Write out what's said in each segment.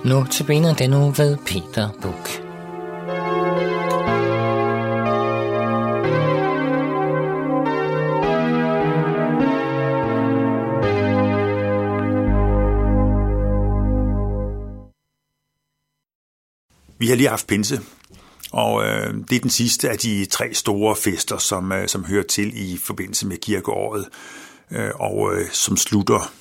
Nu til benet den uge ved Peter Buch. Vi har lige haft pinse, og det er den sidste af de 3 store fester, som hører til i forbindelse med kirkeåret, og som slutter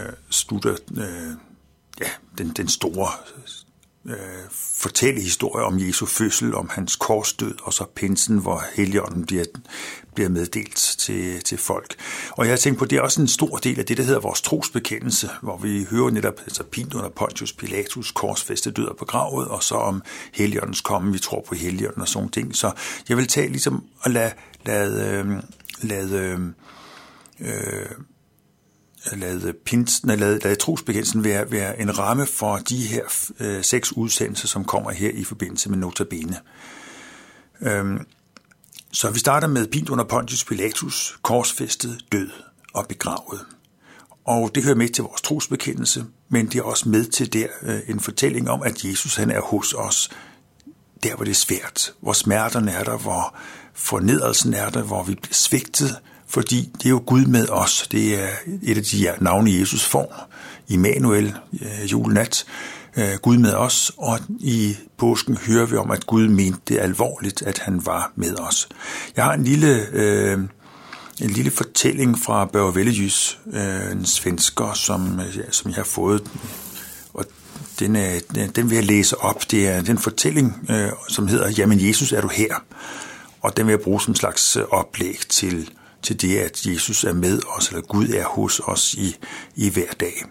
den store fortællehistorie om Jesu fødsel, om hans korsdød, og så pinsen, hvor Helligånden bliver meddelt til folk. Og jeg har tænkt på, det er også en stor del af det, der hedder vores trosbekendelse, hvor vi hører netop pint under Pontius Pilatus, korsfæstet, død og begravet, og så om Helligåndens komme, vi tror på Helligånden og sådan ting. Så jeg vil tage ligesom at lade trosbekendelsen være en ramme for de her 6 udsendelser, som kommer her i forbindelse med Notabene. Så vi starter med pint under Pontius Pilatus, korsfæstet, død og begravet. Og det hører med til vores trosbekendelse, men det er også med til der en fortælling om, at Jesus han er hos os, der hvor det er svært, hvor smerterne er der, hvor fornedrelsen er der, hvor vi bliver svigtet, fordi det er jo Gud med os. Det er et af de navne, Jesus får. Immanuel, julenat, Gud med os, og i påsken hører vi om, at Gud mente det alvorligt, at han var med os. Jeg har en lille fortælling fra Børge Vellejys, en svensker, som jeg har fået, og den vil jeg læse op. Det er den fortælling, som hedder, jamen Jesus, er du her? Og den vil jeg bruge som slags oplæg til det, at Jesus er med os, eller Gud er hos os i hver dag.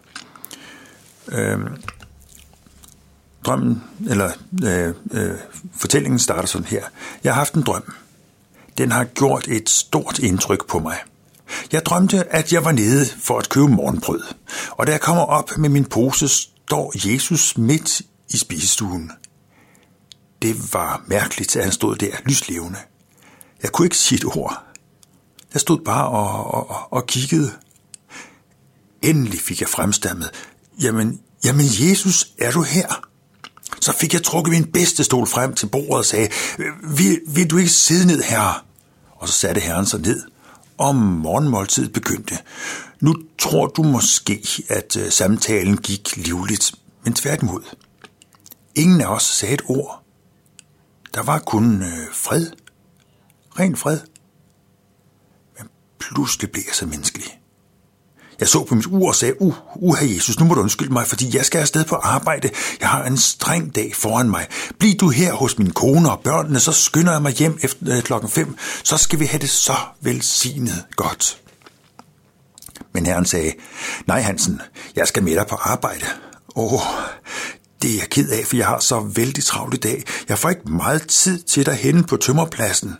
Fortællingen starter sådan her. Jeg har haft en drøm. Den har gjort et stort indtryk på mig. Jeg drømte, at jeg var nede for at købe morgenbrød, og da jeg kommer op med min pose, står Jesus midt i spisestuen. Det var mærkeligt, at han stod der lyslevende. Jeg kunne ikke sige et ord. Jeg stod bare og kiggede. Endelig fik jeg fremstammet. Jamen Jesus, er du her? Så fik jeg trukket min bedste stol frem til bordet og sagde, vil du ikke sidde ned, herre? Og så satte herren sig ned, og morgenmåltidet begyndte. Nu tror du måske, at samtalen gik livligt, men tværtimod. Ingen af os sagde et ord. Der var kun fred. Ren fred. Men pludselig blev jeg så menneskelig. Jeg så på mit ur og sagde, herre Jesus, nu må du undskylde mig, fordi jeg skal afsted på arbejde. Jeg har en streng dag foran mig. Bliv du her hos min kone og børnene, så skynder jeg mig hjem efter 5:00. Så skal vi have det så velsignet godt. Men herren sagde, nej Hansen, jeg skal med dig på arbejde. Det er jeg ked af, for jeg har så vældig travlt i dag. Jeg får ikke meget tid til dig henne på tømmerpladsen.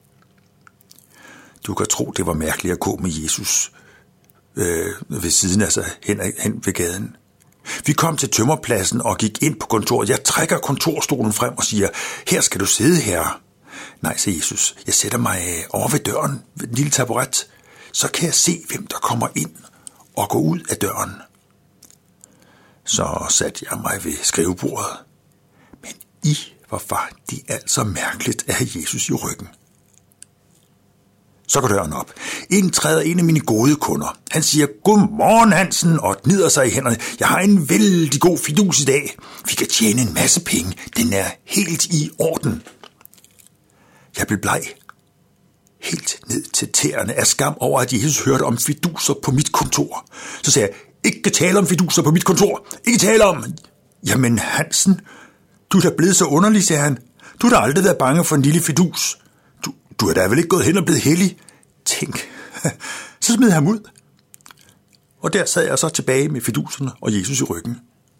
Du kan tro, det var mærkeligt at gå med Jesus ved siden, altså hen ved gaden. Vi kom til tømmerpladsen og gik ind på kontoret. Jeg trækker kontorstolen frem og siger, her skal du sidde, herre. Nej, sagde Jesus, jeg sætter mig over ved døren, ved den lille taburet. Så kan jeg se, hvem der kommer ind og går ud af døren. Så satte jeg mig ved skrivebordet. Men hvor var det altså mærkeligt at have Jesus i ryggen. Så går døren op. Ind træder en af mine gode kunder. Han siger, godmorgen Hansen, og gnider sig i hænderne. Jeg har en vældig god fidus i dag. Vi kan tjene en masse penge. Den er helt i orden. Jeg blev bleg. Helt ned til tæerne af skam over, at Jesus hørte om fiduser på mit kontor. Så sagde jeg, ikke tale om fiduser på mit kontor. Ikke tale om. Jamen Hansen, du er da blevet så underlig, sagde han. Du har da aldrig været bange for en lille fidus. Du er da vel ikke gået hen og blevet hellig? Tænk. Så smed jeg ham ud. Og der sad jeg så tilbage med fiduserne og Jesus i ryggen.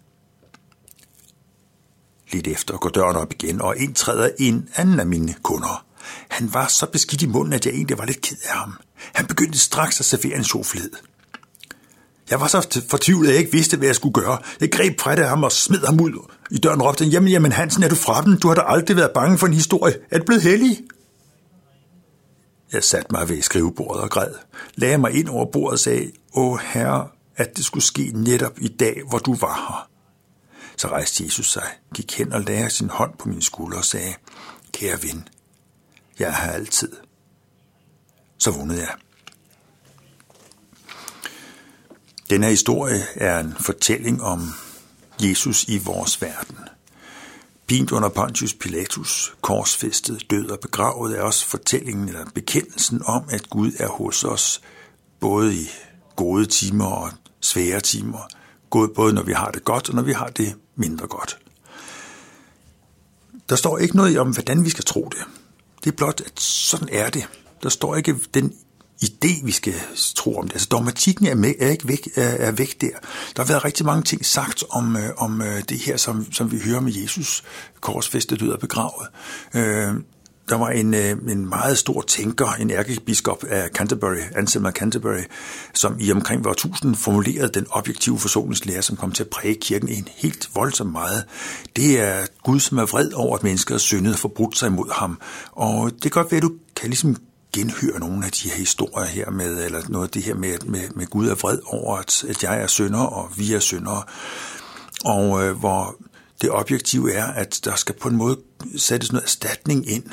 Lidt efter går døren op igen, og ind træder en anden af mine kunder. Han var så beskidt i munden, at jeg egentlig var lidt ked af ham. Han begyndte straks at servere en sjofled. Jeg var så fortvivlet, at jeg ikke vidste, hvad jeg skulle gøre. Jeg greb fat af ham og smed ham ud. I døren råbte han, jamen Hansen, er du fra den? Du har da aldrig været bange for en historie. Er du blevet hellig? Jeg satte mig ved skrivebordet og græd, lagde mig ind over bordet og sagde, herre, at det skulle ske netop i dag, hvor du var her. Så rejste Jesus sig, gik hen og lagde sin hånd på min skulder og sagde, kære ven, jeg er her altid. Så vågnede jeg. Denne historie er en fortælling om Jesus i vores verden. Pint under Pontius Pilatus, korsfæstet, død og begravet, er også fortællingen eller bekendelsen om, at Gud er hos os, både i gode timer og svære timer, både når vi har det godt og når vi har det mindre godt. Der står ikke noget om, hvordan vi skal tro det. Det er blot, at sådan er det. Der står ikke den idé, vi skal tro om det. Altså dogmatikken er væk der. Der har været rigtig mange ting sagt om det her, som vi hører med Jesus, korsfæstet, død og begravet. Der var en meget stor tænker, en ærkebiskop af Canterbury, Anselm af Canterbury, som i omkring år 1000 formulerede den objektive forsoningslære, som kom til at præge kirken en helt voldsomt meget. Det er Gud, som er vred over, at mennesker har syndet og forbrudt sig imod ham. Og det kan godt være, at du kan ligesom genhøre nogle af de her historier her med, eller noget af det her med Gud er vred over, at jeg er synder, og vi er syndere. Og hvor det objektive er, at der skal på en måde sættes noget erstatning ind,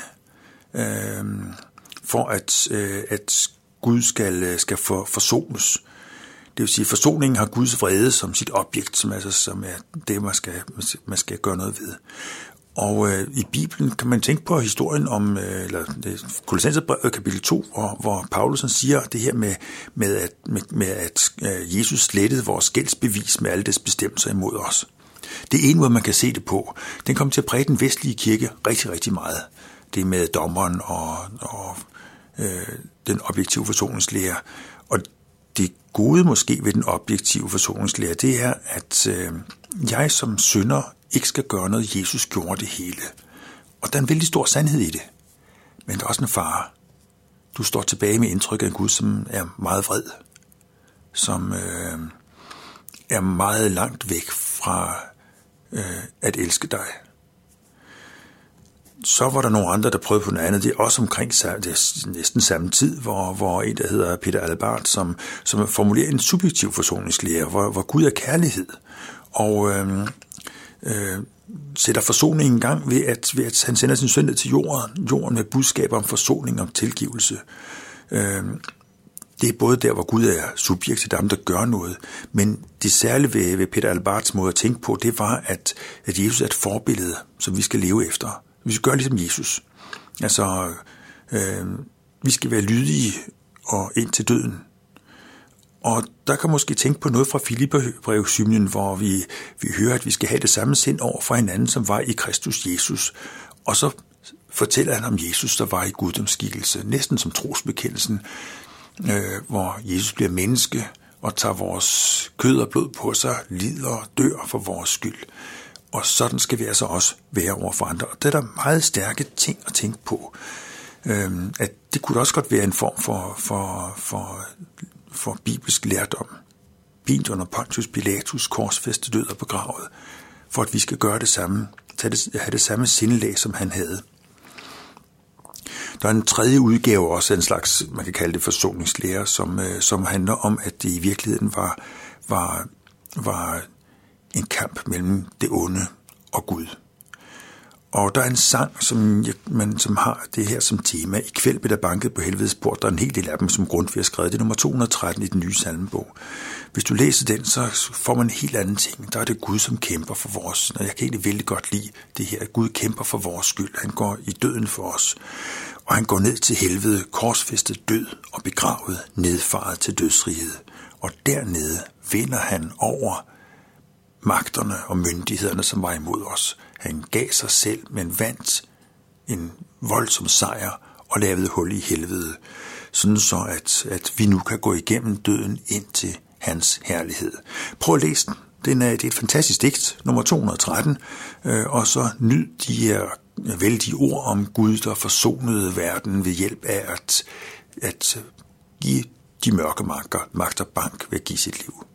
for at Gud skal forsones. Det vil sige, at forsoningen har Guds vrede som sit objekt, som er det, man skal gøre noget ved. Og i Bibelen kan man tænke på historien om, eller Kolossenserbrevet kapitel 2, hvor Paulus siger det her med at Jesus slettede vores gældsbevis med alle dets bestemmelser imod os. Det er en måde, man kan se det på. Den kom til at præge den vestlige kirke rigtig, rigtig meget. Det med dommeren og den objektive forsoningslære. Og det gode måske ved den objektive forsoningslære, det er, at jeg som synder ikke skal gøre noget. Jesus gjorde det hele. Og der er en vældig stor sandhed i det. Men der er også en fare. Du står tilbage med indtryk af en Gud, som er meget vred. Som er meget langt væk fra at elske dig. Så var der nogle andre, der prøvede på noget andet. Det er også omkring det er næsten samme tid, hvor en, der hedder Peter Alabart, som formulerer en subjektiv forsoningslære, hvor Gud er kærlighed. Og sætter forsoningen i gang ved at han sender sin søn ned til jorden med budskaber om forsoning og om tilgivelse. Det er både der, hvor Gud er subjekt til dem, der gør noget, men det særlige ved Peter Albarts måde at tænke på, det var, at Jesus er et forbillede, som vi skal leve efter. Vi skal gøre ligesom Jesus. Altså, vi skal være lydige og ind til døden. Og der kan måske tænke på noget fra Filipperbrevshymnen, hvor vi hører, at vi skal have det samme sind over for hinanden, som var i Kristus Jesus. Og så fortæller han om Jesus, der var i guddomsskikkelse, næsten som trosbekendelsen, hvor Jesus bliver menneske og tager vores kød og blod på sig, lider og dør for vores skyld. Og sådan skal vi altså også være over for andre. Og det er der meget stærke ting at tænke på. At det kunne også godt være en form for bibelsk lærdom. Pint under Pontius Pilatus, korsfæstet, død og begravet, for at vi skal gøre det samme, have det samme sindelag, som han havde. Der er en tredje udgave også, en slags, man kan kalde det forsoningslære, som handler om, at det i virkeligheden var en kamp mellem det onde og Gud. Og der er en sang, som har det her som tema. I kvæld blev der banket på helvedes port. Der er en hel del af dem, som Grundtvig har skrevet. Det er nummer 213 i den nye salmebog. Hvis du læser den, så får man en helt anden ting. Der er det Gud, som kæmper for vores. Og jeg kan egentlig vældig godt lide det her. Gud kæmper for vores skyld. Han går i døden for os. Og han går ned til helvede, korsfæstet, død og begravet, nedfaret til dødsriget. Og dernede vinder han over magterne og myndighederne, som var imod os. Han gav sig selv, men vandt en voldsom sejr og lavede hul i helvede, sådan så at vi nu kan gå igennem døden ind til hans herlighed. Prøv at læse den. Det er et fantastisk digt, nummer 213, og så nyd de her vældige ord om Gud, der forsonede verden ved hjælp af at give de mørke magter bank ved at give sit liv.